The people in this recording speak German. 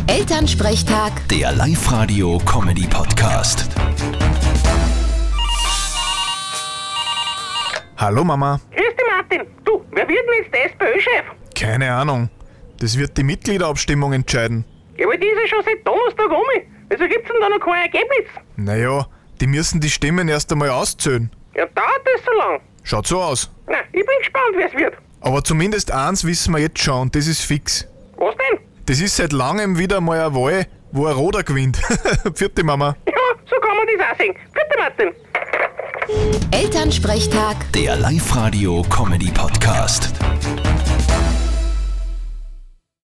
Elternsprechtag, Der Live-Radio-Comedy-Podcast. Hallo Mama. Grüß dich, Martin. Du, wer wird denn jetzt der SPÖ-Chef? Keine Ahnung. Das wird die Mitgliederabstimmung entscheiden. Ja, aber die ist ja schon seit Donnerstag um. Wieso gibt's denn da noch kein Ergebnis? Naja, die müssen die Stimmen erst einmal auszählen. Ja, dauert das so lang? Schaut so aus. Na, ich bin gespannt, wer es wird. Aber zumindest eins wissen wir jetzt schon und das ist fix. Was denn? Das ist seit langem wieder mal eine Wahl, wo ein Roder gewinnt. Vierte Mama. Ja, so kann man das auch sehen. Bitte, Martin. Elternsprechtag. Der Live-Radio-Comedy-Podcast.